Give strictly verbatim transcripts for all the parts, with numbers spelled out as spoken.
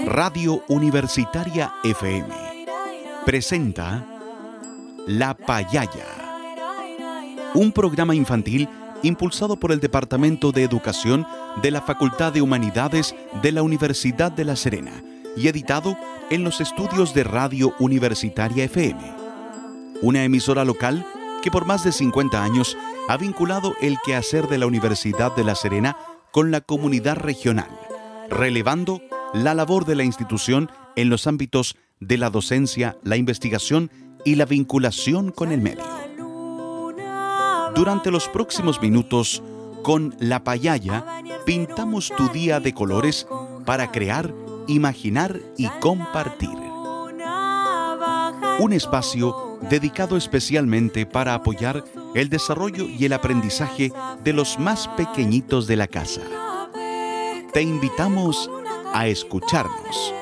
Radio Universitaria F M presenta La Payaya, un programa infantil impulsado por el Departamento de Educación de la Facultad de Humanidades de la Universidad de La Serena y editado en los estudios de Radio Universitaria F M, una emisora local que por más de cincuenta años ha vinculado el quehacer de la Universidad de La Serena con la comunidad regional, relevando la labor de la institución en los ámbitos de la docencia, la investigación y la vinculación con el medio. Durante los próximos minutos, con La Payaya, pintamos tu día de colores para crear, imaginar y compartir. Un espacio dedicado especialmente para apoyar el desarrollo y el aprendizaje de los más pequeñitos de la casa. Te invitamos a escucharnos.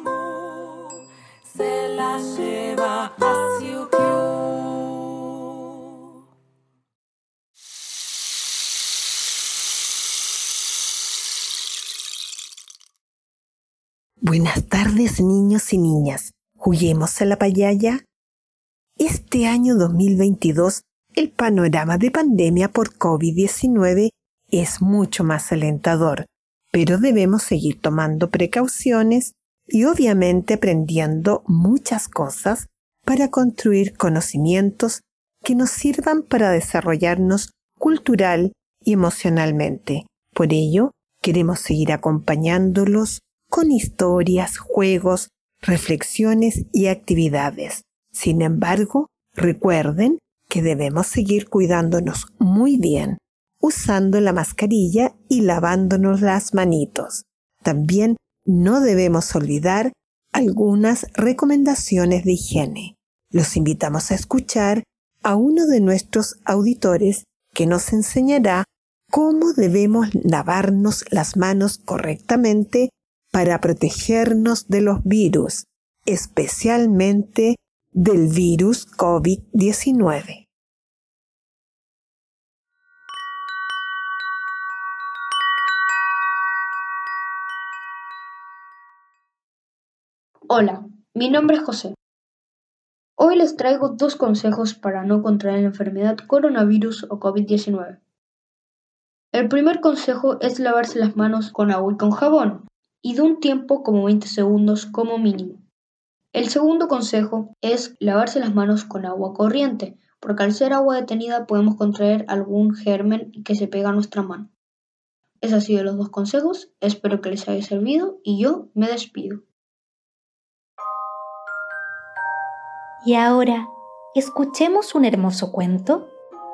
Buenas tardes, niños y niñas. ¿Juguemos a la payaya? Este año dos mil veintidós, el panorama de pandemia por COVID diecinueve es mucho más alentador, pero debemos seguir tomando precauciones y obviamente aprendiendo muchas cosas para construir conocimientos que nos sirvan para desarrollarnos cultural y emocionalmente. Por ello, queremos seguir acompañándolos con historias, juegos, reflexiones y actividades. Sin embargo, recuerden que debemos seguir cuidándonos muy bien, usando la mascarilla y lavándonos las manitos. También no debemos olvidar algunas recomendaciones de higiene. Los invitamos a escuchar a uno de nuestros auditores que nos enseñará cómo debemos lavarnos las manos correctamente para protegernos de los virus, especialmente del virus COVID diecinueve. Hola, mi nombre es José. Hoy les traigo dos consejos para no contraer la enfermedad coronavirus o COVID diecinueve. El primer consejo es lavarse las manos con agua y con jabón, y de un tiempo como veinte segundos como mínimo. El segundo consejo es lavarse las manos con agua corriente, porque al ser agua detenida podemos contraer algún germen que se pega a nuestra mano. Esos han sido los dos consejos, espero que les haya servido y yo me despido. Y ahora, escuchemos un hermoso cuento.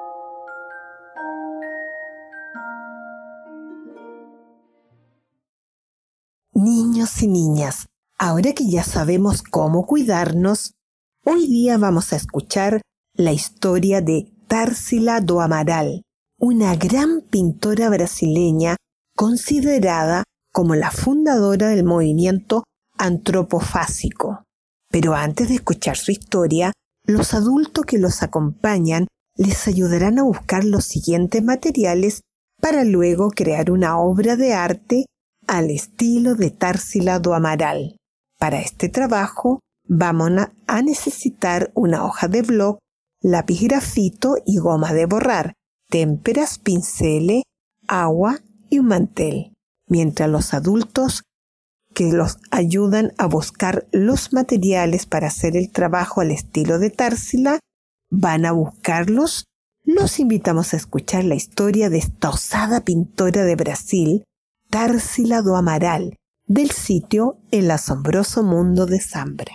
Niños y niñas, ahora que ya sabemos cómo cuidarnos, hoy día vamos a escuchar la historia de Tarsila do Amaral, una gran pintora brasileña considerada como la fundadora del movimiento antropofágico. Pero antes de escuchar su historia, los adultos que los acompañan les ayudarán a buscar los siguientes materiales para luego crear una obra de arte al estilo de Tarsila do Amaral. Para este trabajo vamos a necesitar una hoja de blog, lápiz grafito y goma de borrar, témperas, pinceles, agua y un mantel, mientras los adultos que los ayudan a buscar los materiales para hacer el trabajo al estilo de Tarsila van a buscarlos. Los invitamos a escuchar la historia de esta osada pintora de Brasil, Tarsila do Amaral, del sitio El asombroso mundo de Zambra.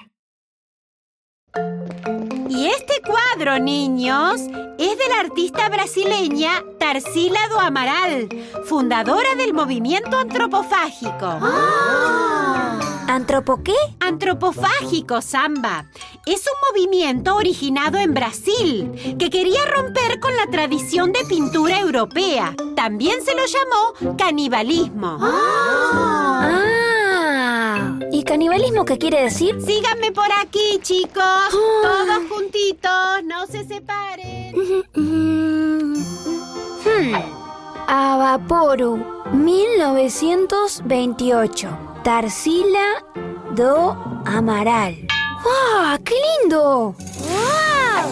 Y este cuadro, niños, es de la artista brasileña Tarsila do Amaral, fundadora del movimiento antropofágico. ¡Ah! ¿Antropo qué? Antropofágico, Samba. Es un movimiento originado en Brasil que quería romper con la tradición de pintura europea. También se lo llamó canibalismo. ¡Ah! ¡Ah! ¿Y canibalismo qué quiere decir? Síganme por aquí, chicos. ¡Ah! Todos juntitos, no se separen. Hmm. Avaporu, mil novecientos veintiocho. Tarsila do Amaral. ¡Wow! ¡Qué lindo! ¡Wow!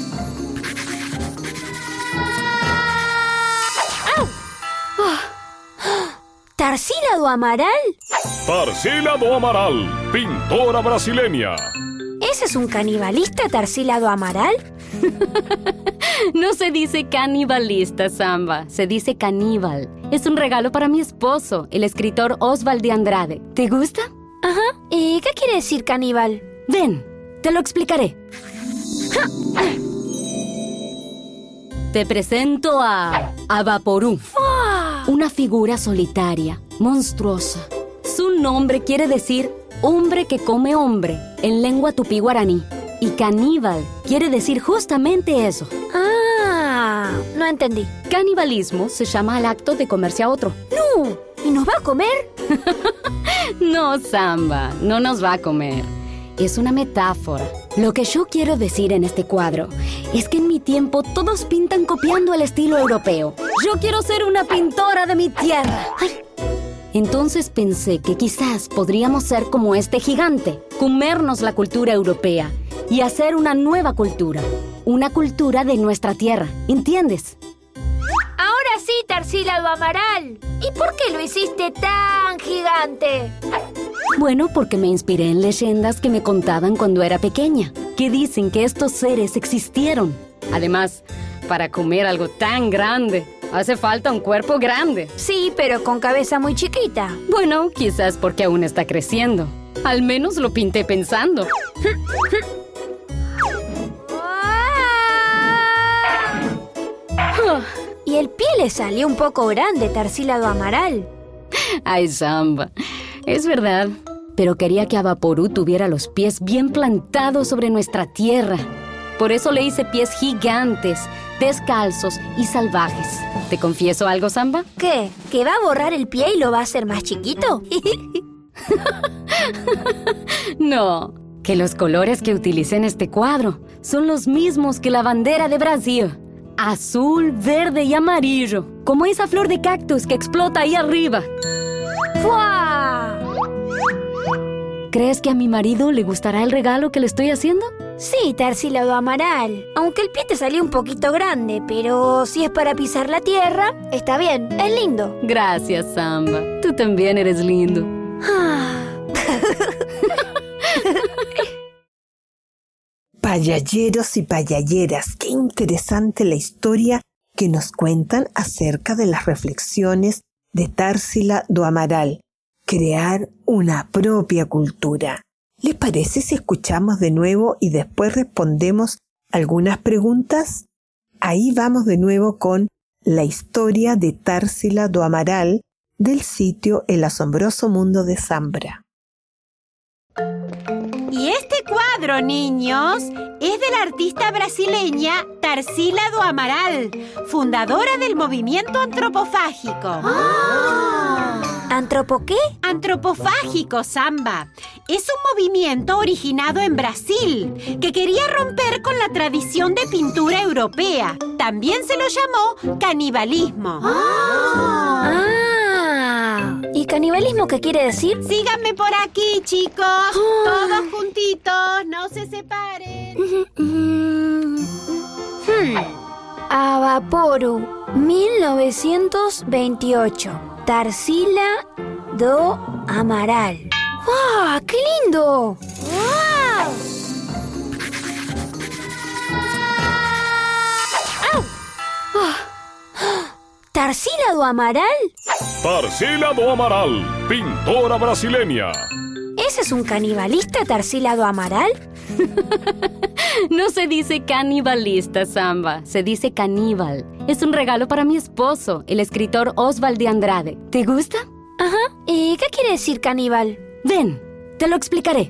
¡Au! Oh. ¿Tarsila do Amaral? Tarsila do Amaral, pintora brasileña. ¿Ese es un canibalista, Tarsila do Amaral? No se dice canibalista, Samba. Se dice caníbal. Es un regalo para mi esposo, el escritor Oswald de Andrade. ¿Te gusta? Ajá. ¿Y qué quiere decir caníbal? Ven, te lo explicaré. Te presento a Avaporú, una figura solitaria, monstruosa. Su nombre quiere decir hombre que come hombre en lengua tupí guaraní. Y caníbal quiere decir justamente eso. Ah, no entendí. Canibalismo se llama al acto de comerse a otro. No, ¿y nos va a comer? No, Samba, no nos va a comer. Es una metáfora. Lo que yo quiero decir en este cuadro es que en mi tiempo todos pintan copiando el estilo europeo. Yo quiero ser una pintora de mi tierra. Ay. Entonces pensé que quizás podríamos ser como este gigante, comernos la cultura europea y hacer una nueva cultura, una cultura de nuestra tierra, ¿entiendes? Ahora sí, Tarsila do Amaral. ¿Y por qué lo hiciste tan gigante? Bueno, porque me inspiré en leyendas que me contaban cuando era pequeña, que dicen que estos seres existieron. Además, para comer algo tan grande, hace falta un cuerpo grande. Sí, pero con cabeza muy chiquita. Bueno, quizás porque aún está creciendo. Al menos lo pinté pensando. Y el pie le salió un poco grande, Tarsila do Amaral. Ay, Samba, es verdad. Pero quería que Avaporú tuviera los pies bien plantados sobre nuestra tierra. Por eso le hice pies gigantes, descalzos y salvajes. ¿Te confieso algo, Samba? ¿Qué? ¿Que va a borrar el pie y lo va a hacer más chiquito? No, que los colores que utilicé en este cuadro son los mismos que la bandera de Brasil. Azul, verde y amarillo, como esa flor de cactus que explota ahí arriba. ¡Fua! ¿Crees que a mi marido le gustará el regalo que le estoy haciendo? Sí, Tarsila do Amaral. Aunque el pie te salió un poquito grande, pero si es para pisar la tierra, está bien, es lindo. Gracias, Samba. Tú también eres lindo. Payalleros y payalleras, qué interesante la historia que nos cuentan acerca de las reflexiones de Tarsila do Amaral, crear una propia cultura. ¿Les parece si escuchamos de nuevo y después respondemos algunas preguntas? Ahí vamos de nuevo con la historia de Tarsila do Amaral del sitio El Asombroso Mundo de Zambra. Y este cuadro, niños, es de la artista brasileña Tarsila do Amaral, fundadora del movimiento antropofágico. ¡Ah! ¿Antropo qué? Antropofágico, Samba. Es un movimiento originado en Brasil que quería romper con la tradición de pintura europea. También se lo llamó canibalismo. ¡Ah! ¡Ah! ¿Y canibalismo qué quiere decir? Síganme por aquí, chicos. Oh. Todos juntitos, no se separen. hmm. Avaporú, mil novecientos veintiocho. Tarsila do Amaral. ¡Wow! ¡Qué lindo! ¡Wow! ¡Au! Oh. ¿Tarsila do Amaral? Tarsila do Amaral, pintora brasileña. ¿Ese es un canibalista, Tarsila do Amaral? No se dice canibalista, Samba. Se dice caníbal. Es un regalo para mi esposo, el escritor Oswald de Andrade. ¿Te gusta? Ajá. ¿Y qué quiere decir caníbal? Ven, te lo explicaré.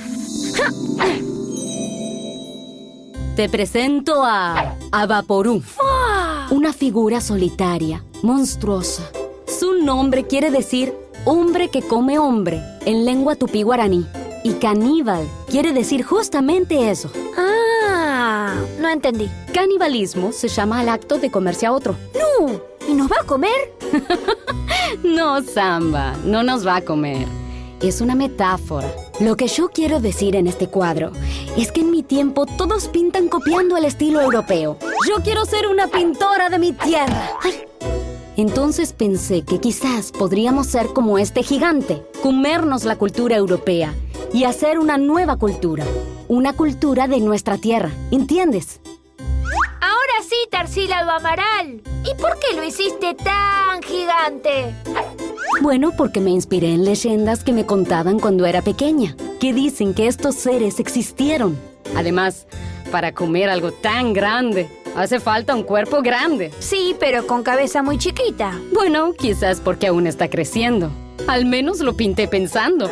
Te presento a Avaporú, una figura solitaria, monstruosa. Su nombre quiere decir hombre que come hombre en lengua tupí guaraní. Y caníbal quiere decir justamente eso. Ah, no entendí. Canibalismo se llama al acto de comerse a otro. No, ¿y nos va a comer? No, Samba, no nos va a comer. es una metáfora. Lo que yo quiero decir en este cuadro es que en mi tiempo todos pintan copiando el estilo europeo. Yo quiero ser una pintora de mi tierra. ¡Ay! Entonces pensé que quizás podríamos ser como este gigante, comernos la cultura europea y hacer una nueva cultura, una cultura de nuestra tierra, ¿entiendes? Ahora sí, Tarsila Amaral. ¿Y por qué lo hiciste tan gigante? Bueno, porque me inspiré en leyendas que me contaban cuando era pequeña, que dicen que estos seres existieron. Además, para comer algo tan grande, hace falta un cuerpo grande. Sí, pero con cabeza muy chiquita. Bueno, quizás porque aún está creciendo. Al menos lo pinté pensando.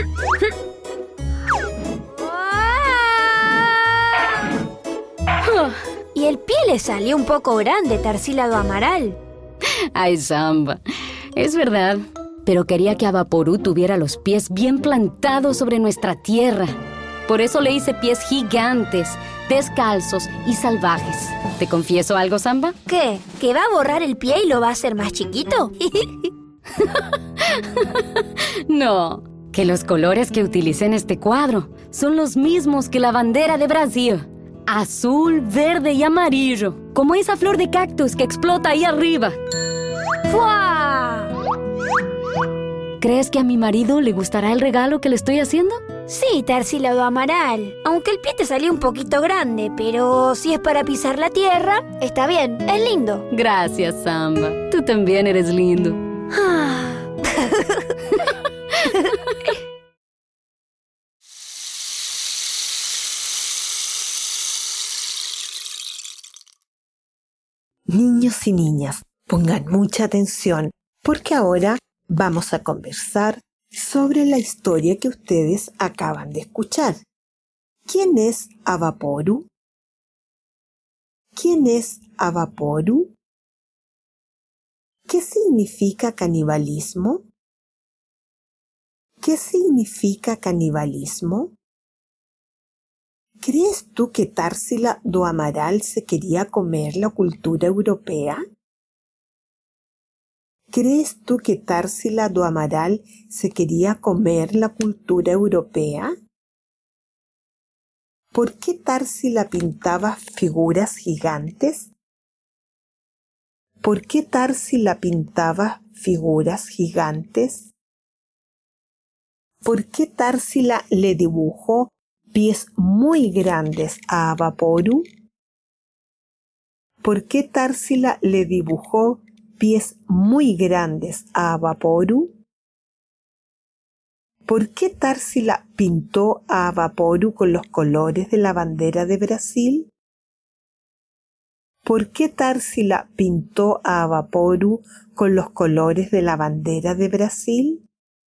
Y el pie le salió un poco grande, Tarsila Amaral. Ay, Samba, es verdad. Pero quería que Avaporú tuviera los pies bien plantados sobre nuestra tierra. Por eso le hice pies gigantes, descalzos y salvajes. ¿Te confieso algo, Samba? ¿Qué? ¿Que va a borrar el pie y lo va a hacer más chiquito? No, que los colores que utilicé en este cuadro son los mismos que la bandera de Brasil. Azul, verde y amarillo, como esa flor de cactus que explota ahí arriba. ¡Fua! ¿Crees que a mi marido le gustará el regalo que le estoy haciendo? Sí, Tarsila Amaral. Aunque el pie te salió un poquito grande, pero si es para pisar la tierra, está bien, es lindo. Gracias, Samba. Tú también eres lindo. Niños y niñas, pongan mucha atención, porque ahora vamos a conversar sobre la historia que ustedes acaban de escuchar. ¿Quién es Avaporú? ¿Quién es Avaporú? ¿Qué significa canibalismo? ¿Qué significa canibalismo? ¿Crees tú que Tarsila do Amaral se quería comer la cultura europea? ¿Crees tú que Tarsila do Amaral se quería comer la cultura europea? ¿Por qué Tarsila pintaba figuras gigantes? ¿Por qué Tarsila pintaba figuras gigantes? ¿Por qué Tarsila le dibujó pies muy grandes a Avaporú? ¿Por qué Tarsila le dibujó pies muy grandes a Avaporú? ¿Por qué Tarsila pintó a Avaporú con los colores de la bandera de Brasil? ¿Por qué Tarsila pintó a Avaporú con los colores de la bandera de Brasil?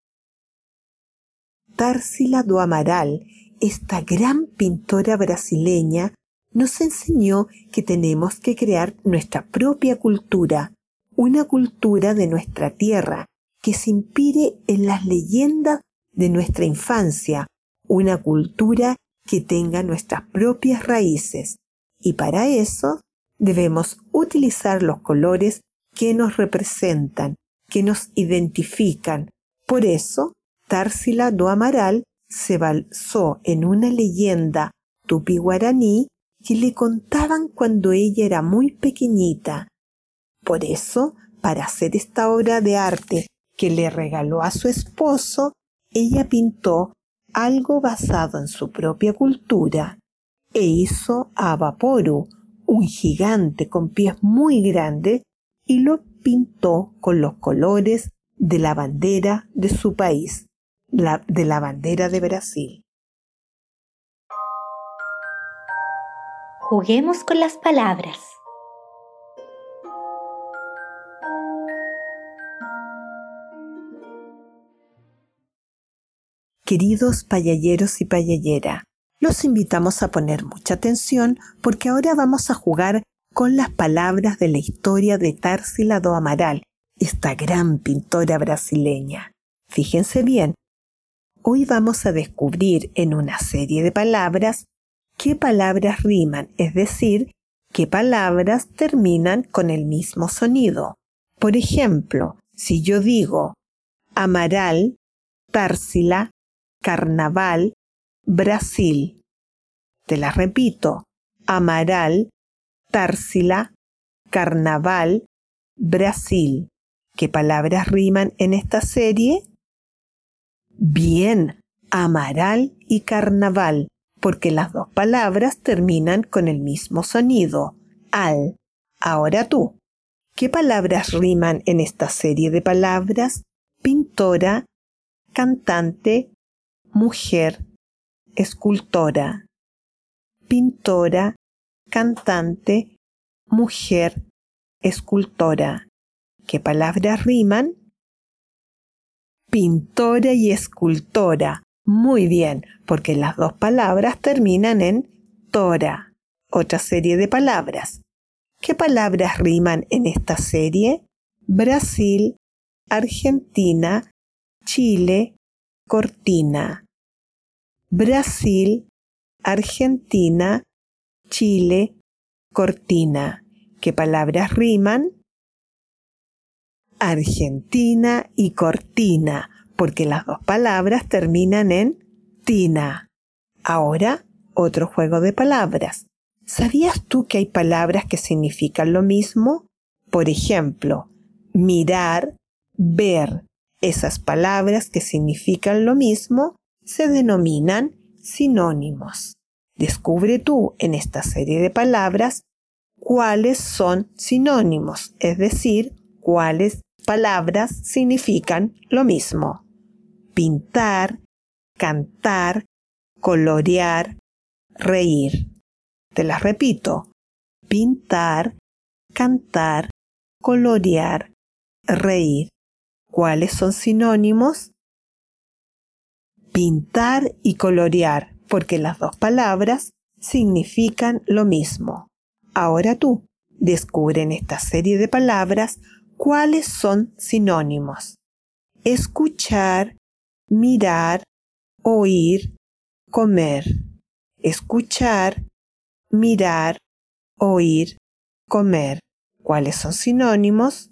Tarsila do Amaral, esta gran pintora brasileña, nos enseñó que tenemos que crear nuestra propia cultura, una cultura de nuestra tierra que se inspire en las leyendas de nuestra infancia, una cultura que tenga nuestras propias raíces. Y para eso debemos utilizar los colores que nos representan, que nos identifican. Por eso, Tarsila do Amaral se basó en una leyenda tupi-guaraní que le contaban cuando ella era muy pequeñita. Por eso, para hacer esta obra de arte que le regaló a su esposo, ella pintó algo basado en su propia cultura e hizo a Avaporú, un gigante con pies muy grandes, y lo pintó con los colores de la bandera de su país, la, de la bandera de Brasil. Juguemos con las palabras. Queridos payalleros y payallera, los invitamos a poner mucha atención porque ahora vamos a jugar con las palabras de la historia de Tarsila do Amaral, esta gran pintora brasileña. Fíjense bien, hoy vamos a descubrir en una serie de palabras qué palabras riman, es decir, qué palabras terminan con el mismo sonido. Por ejemplo, si yo digo Amaral, Társila, Carnaval, Brasil. Te las repito. Amaral, Társila, Carnaval, Brasil. ¿Qué palabras riman en esta serie? Bien, Amaral y Carnaval, porque las dos palabras terminan con el mismo sonido, al. Ahora tú. ¿Qué palabras riman en esta serie de palabras? Pintora, cantante, mujer, escultora. Pintora, cantante, mujer, escultora. ¿Qué palabras riman? Pintora y escultora. Muy bien, porque las dos palabras terminan en tora. Otra serie de palabras. ¿Qué palabras riman en esta serie? Brasil, Argentina, Chile, cortina. Brasil, Argentina, Chile, cortina. ¿Qué palabras riman? Argentina y cortina, porque las dos palabras terminan en tina. Ahora, otro juego de palabras. ¿Sabías tú que hay palabras que significan lo mismo? Por ejemplo, mirar, ver. Esas palabras que significan lo mismo se denominan sinónimos. Descubre tú en esta serie de palabras cuáles son sinónimos, es decir, cuáles palabras significan lo mismo. Pintar, cantar, colorear, reír. Te las repito. Pintar, cantar, colorear, reír. ¿Cuáles son sinónimos? Pintar y colorear, porque las dos palabras significan lo mismo. Ahora tú, descubre en esta serie de palabras cuáles son sinónimos. Escuchar, mirar, oír, comer. Escuchar, mirar, oír, comer. ¿Cuáles son sinónimos?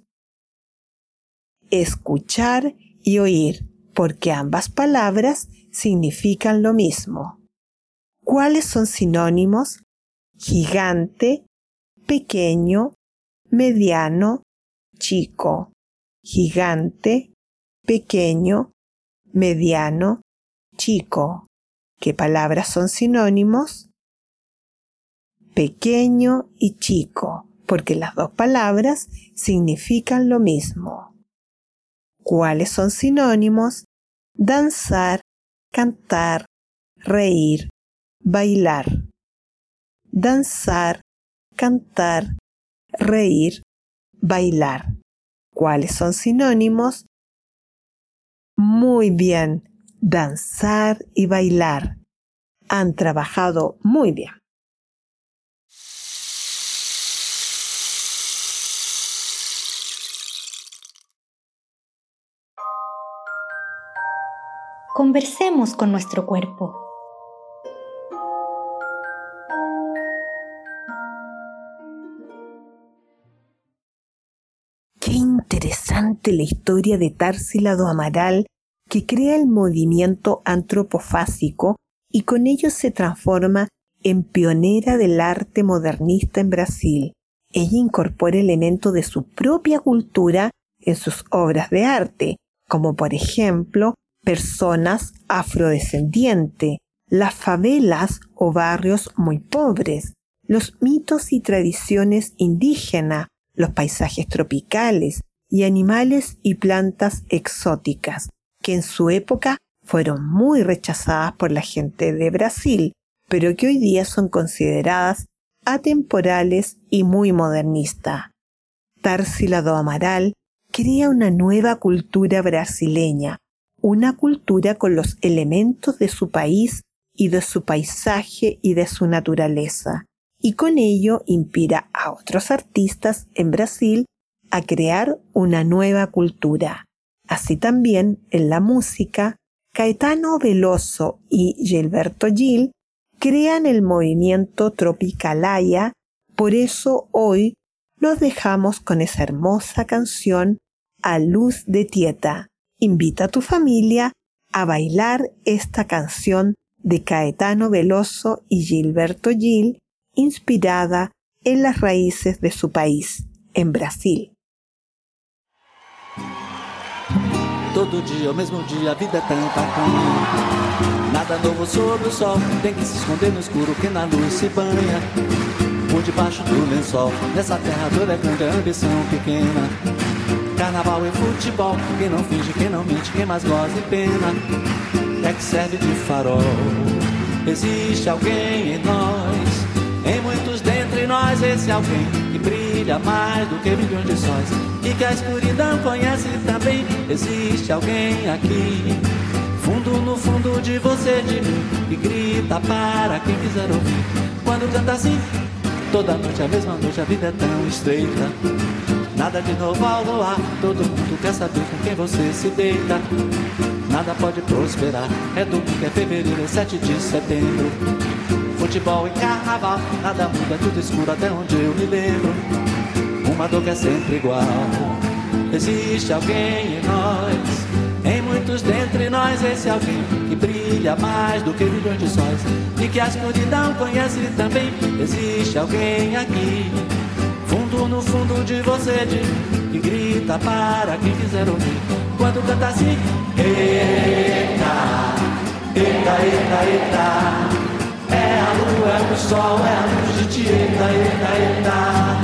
Escuchar y oír, porque ambas palabras significan lo mismo. ¿Cuáles son sinónimos? Gigante, pequeño, mediano, chico. Gigante, pequeño, mediano, chico. ¿Qué palabras son sinónimos? Pequeño y chico, porque las dos palabras significan lo mismo. ¿Cuáles son sinónimos? Danzar, cantar, reír, bailar. Danzar, cantar, reír, bailar. ¿Cuáles son sinónimos? Muy bien, danzar y bailar. Han trabajado muy bien. Conversemos con nuestro cuerpo. Qué interesante la historia de Társila do Amaral, que crea el movimiento antropofásico y con ello se transforma en pionera del arte modernista en Brasil. Ella incorpora elementos de su propia cultura en sus obras de arte, como por ejemplo, personas afrodescendientes, las favelas o barrios muy pobres, los mitos y tradiciones indígenas, los paisajes tropicales y animales y plantas exóticas, que en su época fueron muy rechazadas por la gente de Brasil, pero que hoy día son consideradas atemporales y muy modernistas. Társila do Amaral crea una nueva cultura brasileña, una cultura con los elementos de su país y de su paisaje y de su naturaleza, y con ello inspira a otros artistas en Brasil a crear una nueva cultura. Así también en la música, Caetano Veloso y Gilberto Gil crean el movimiento Tropicalaia, por eso hoy los dejamos con esa hermosa canción A Luz de Tieta. Invita a tu familia a bailar esta canción de Caetano Veloso y Gilberto Gil, inspirada en las raíces de su país, en Brasil. Todo dia, o mesmo dia, a vida é tão bacana. Nada novo sob o sol, tem que se esconder no escuro que na luz se banha. Por debaixo do lençol, nessa terra toda é grande, a ambição pequena. Carnaval e futebol, quem não finge, quem não mente, quem mais goza e pena. É que serve de farol, existe alguém em nós. Em muitos dentre nós, esse alguém que brilha mais do que milhões de sóis e que a escuridão conhece também. Existe alguém aqui, fundo no fundo de você, de mim, que grita para quem quiser ouvir. Quando canta assim, toda noite, a mesma noite, a vida é tão estreita. Nada de novo ao luar, todo mundo quer saber com quem você se deita. Nada pode prosperar, é domingo, é fevereiro, é sete de setembro. Futebol e carnaval, nada muda, tudo escuro até onde eu me lembro. Uma dor que é sempre igual, existe alguém em nós. Em muitos dentre nós, esse alguém que brilha mais do que milhões de sóis e que a escuridão conhece também. Existe alguém aqui, fundo no fundo de você, de, que grita para quem quiser ouvir. Quando canta assim, eita, eita, eita, eita. É a lua, é o sol, é a luz de ti, eita, eita, eita.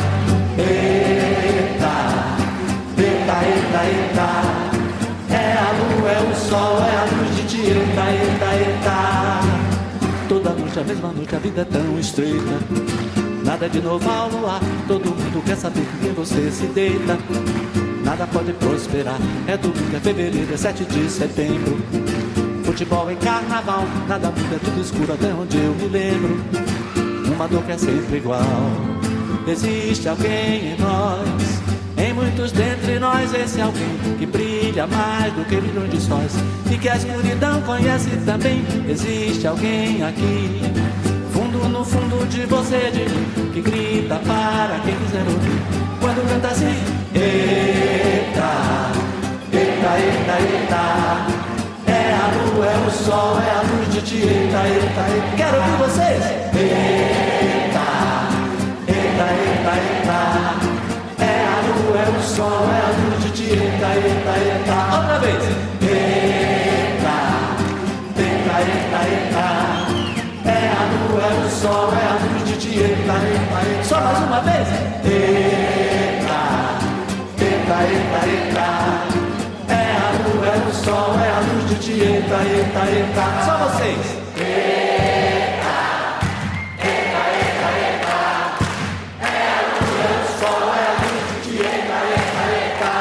Eita, eita, eita, eita. É a lua, é o sol, é a luz de ti, eita, eita, eita. Toda noite, a mesma noite, a vida é tão estreita. Nada de novo ao luar, todo mundo quer saber com quem você se deita. Nada pode prosperar, é domingo, é fevereiro, é sete de setembro. Futebol e carnaval, nada muda, é tudo escuro até onde eu me lembro. Uma dor que é sempre igual, existe alguém em nós. Em muitos dentre nós, esse alguém que brilha mais do que milhões de sóis e que a escuridão conhece também. Existe alguém aqui, fundo no fundo de você, de mim, que grita para quem quiser ouvir. Quando canta assim, eita, eita, eita, eita. É a lua, é o sol, é a luz de ti, eita, eita, eita. Quero ouvir vocês. Eita, eita, eita, eita. É a lua, é o sol, é a luz de ti, eita, eita, eita. Outra vez. Eita, eita, eita, eita. É a lua, é o sol, é a luz de ti, eita, eita, eita. Só mais uma vez. Eita, eita, eita, eita. É a lua, é o sol, é a luz de ti, eita, eita, eita. Só vocês. Eita, eita, eita, eita. É a lua, é o sol, é a luz de ti, eita, eita, eita.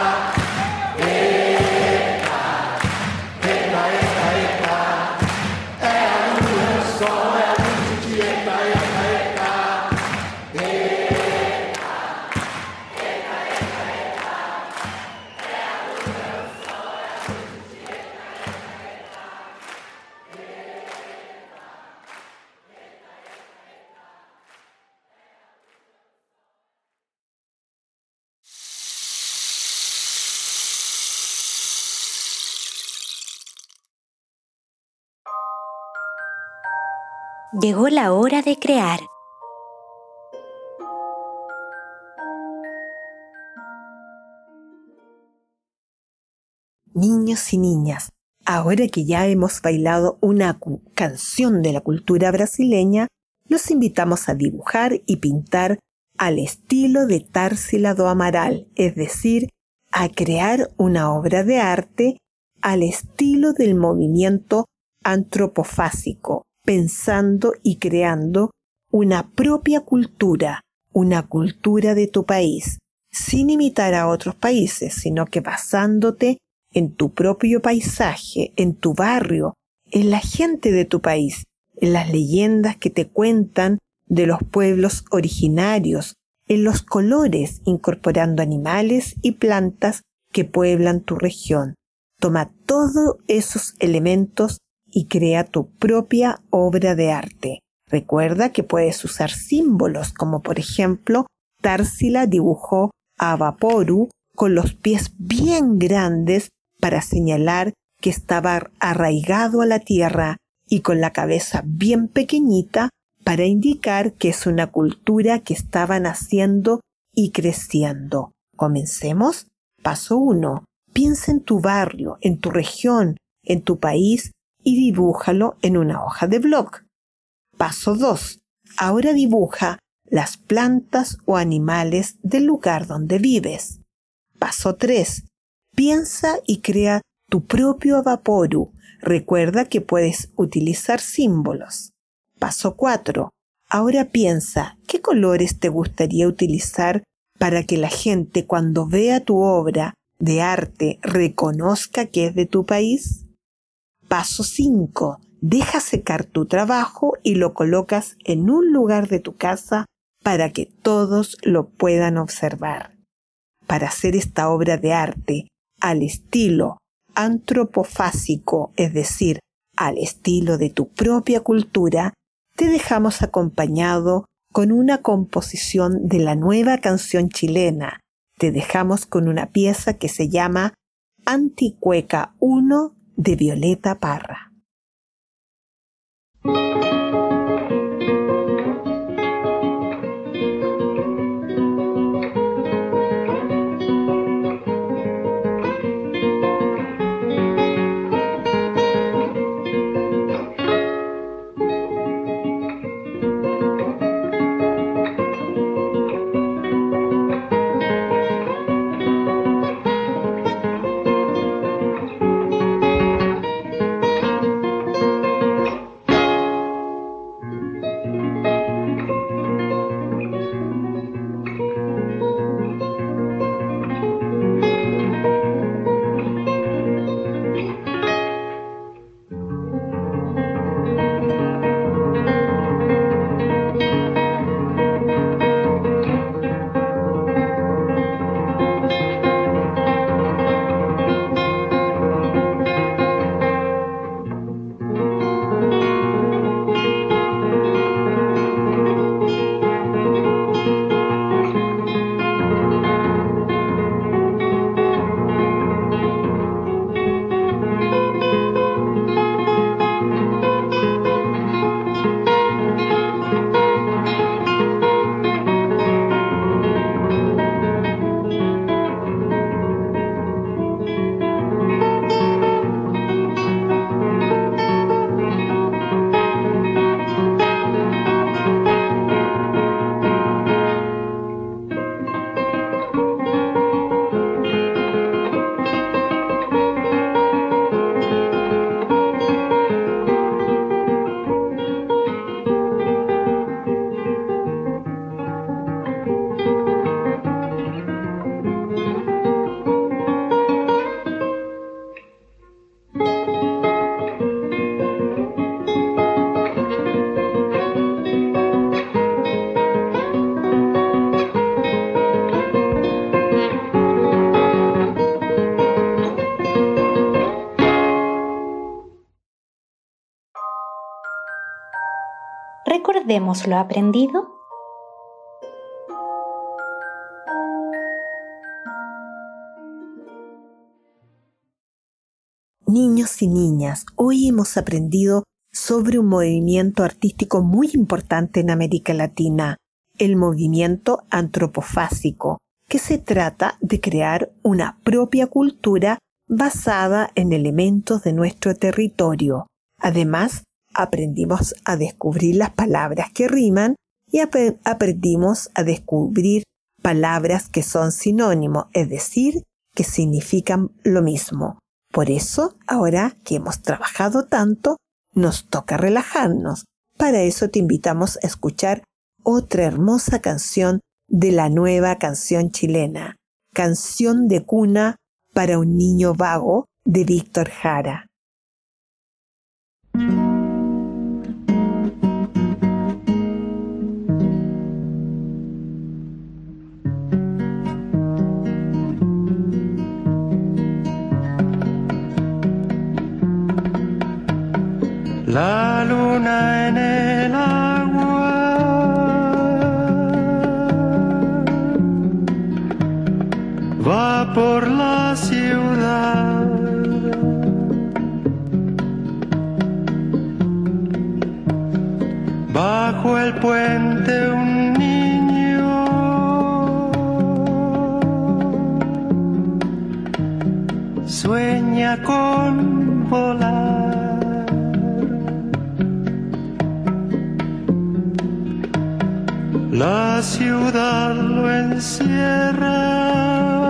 Eita, eita, eita, eita. É a lua, é o sol, é a luz de ti, eita, eita, eita. Llegó la hora de crear. Niños y niñas, ahora que ya hemos bailado una canción de la cultura brasileña, los invitamos a dibujar y pintar al estilo de Tarsila do Amaral, es decir, a crear una obra de arte al estilo del movimiento antropofásico, pensando y creando una propia cultura, una cultura de tu país, sin imitar a otros países, sino que basándote en tu propio paisaje, en tu barrio, en la gente de tu país, en las leyendas que te cuentan de los pueblos originarios, en los colores, incorporando animales y plantas que pueblan tu región. Toma todos esos elementos y crea tu propia obra de arte. Recuerda que puedes usar símbolos como por ejemplo Tarsila dibujó a Vaporu con los pies bien grandes para señalar que estaba arraigado a la tierra y con la cabeza bien pequeñita para indicar que es una cultura que estaba naciendo y creciendo. Comencemos. Paso uno. Piensa en tu barrio, en tu región, en tu país y dibújalo en una hoja de blog. Paso dos. Ahora dibuja las plantas o animales del lugar donde vives. Paso tres. Piensa y crea tu propio vaporu. Recuerda que puedes utilizar símbolos. Paso cuatro. Ahora piensa, ¿qué colores te gustaría utilizar para que la gente cuando vea tu obra de arte reconozca que es de tu país? Paso cinco. Deja secar tu trabajo y lo colocas en un lugar de tu casa para que todos lo puedan observar. Para hacer esta obra de arte al estilo antropofásico, es decir, al estilo de tu propia cultura, te dejamos acompañado con una composición de la nueva canción chilena. Te dejamos con una pieza que se llama Anticueca uno de Violeta Parra. ¿Recordemos lo aprendido? Niños y niñas, hoy hemos aprendido sobre un movimiento artístico muy importante en América Latina, el movimiento antropofásico, que se trata de crear una propia cultura basada en elementos de nuestro territorio. Además, aprendimos a descubrir las palabras que riman y ap- aprendimos a descubrir palabras que son sinónimos, es decir, que significan lo mismo. Por eso, ahora que hemos trabajado tanto, nos toca relajarnos. Para eso te invitamos a escuchar otra hermosa canción de la nueva canción chilena, Canción de cuna para un niño vago, de Víctor Jara. La luna en el agua va por la ciudad al puente un niño sueña con volar. La ciudad lo encierra,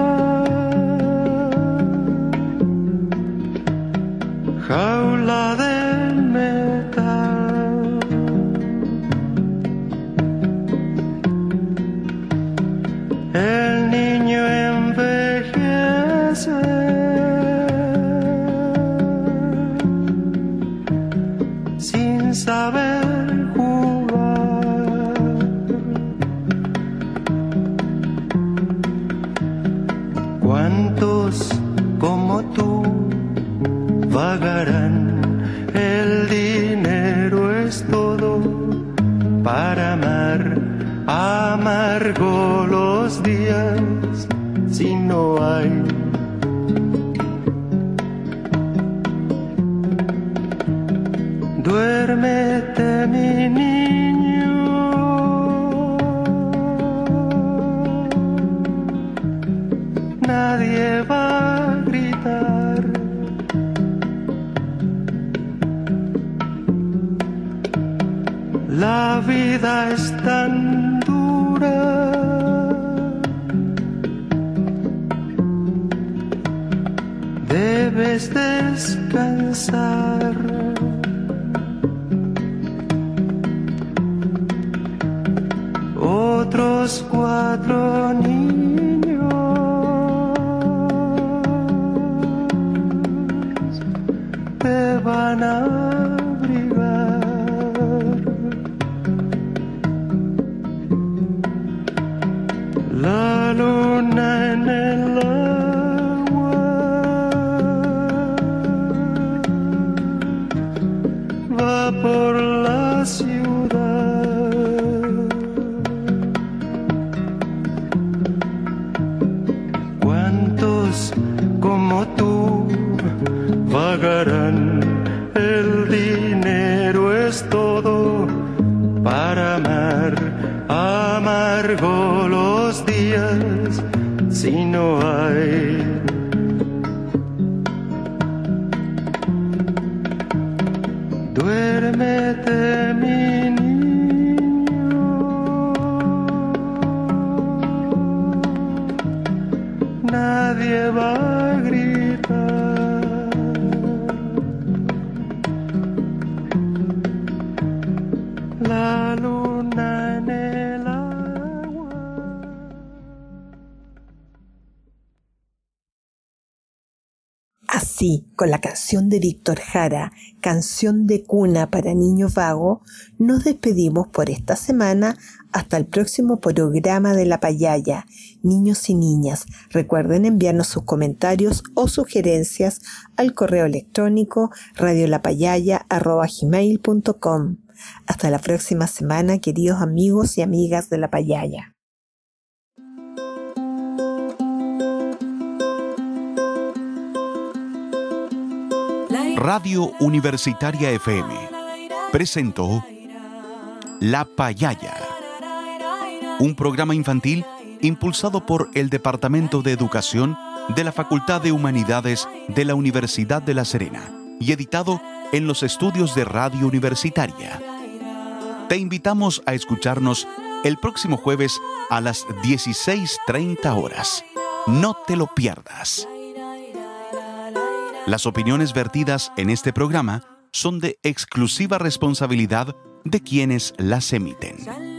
jaula de metal. El niño envejece, sin saber jugar. ¿Cuántos como tú vagarán? El dinero es todo para amar. Amargo los días si no hay. Duérmete, mi niño, nadie va a gritar. La vida es tan dura, debes descansar. Otros cuatro niños te van a abrigar. La luna en el agua va por la ciudad. ¿Cuántos como tú vagarán? El dinero es todo para amar. Amargo los días si no hay. Duérmete, mi niño, nadie va a gritar. La luna en el agua. Así, con la canción de Víctor Jara, Canción de Cuna para Niño Vago, nos despedimos por esta semana hasta el próximo programa de La Payaya. Niños y niñas, recuerden enviarnos sus comentarios o sugerencias al correo electrónico radiolapayaya arroba gmail punto com. Hasta la próxima semana, queridos amigos y amigas de La Payaya. Radio Universitaria F M presentó La Payaya, un programa infantil impulsado por el Departamento de Educación de la Facultad de Humanidades de la Universidad de La Serena y editado en los estudios de Radio Universitaria. Te invitamos a escucharnos el próximo jueves a las dieciséis treinta horas. No te lo pierdas. Las opiniones vertidas en este programa son de exclusiva responsabilidad de quienes las emiten.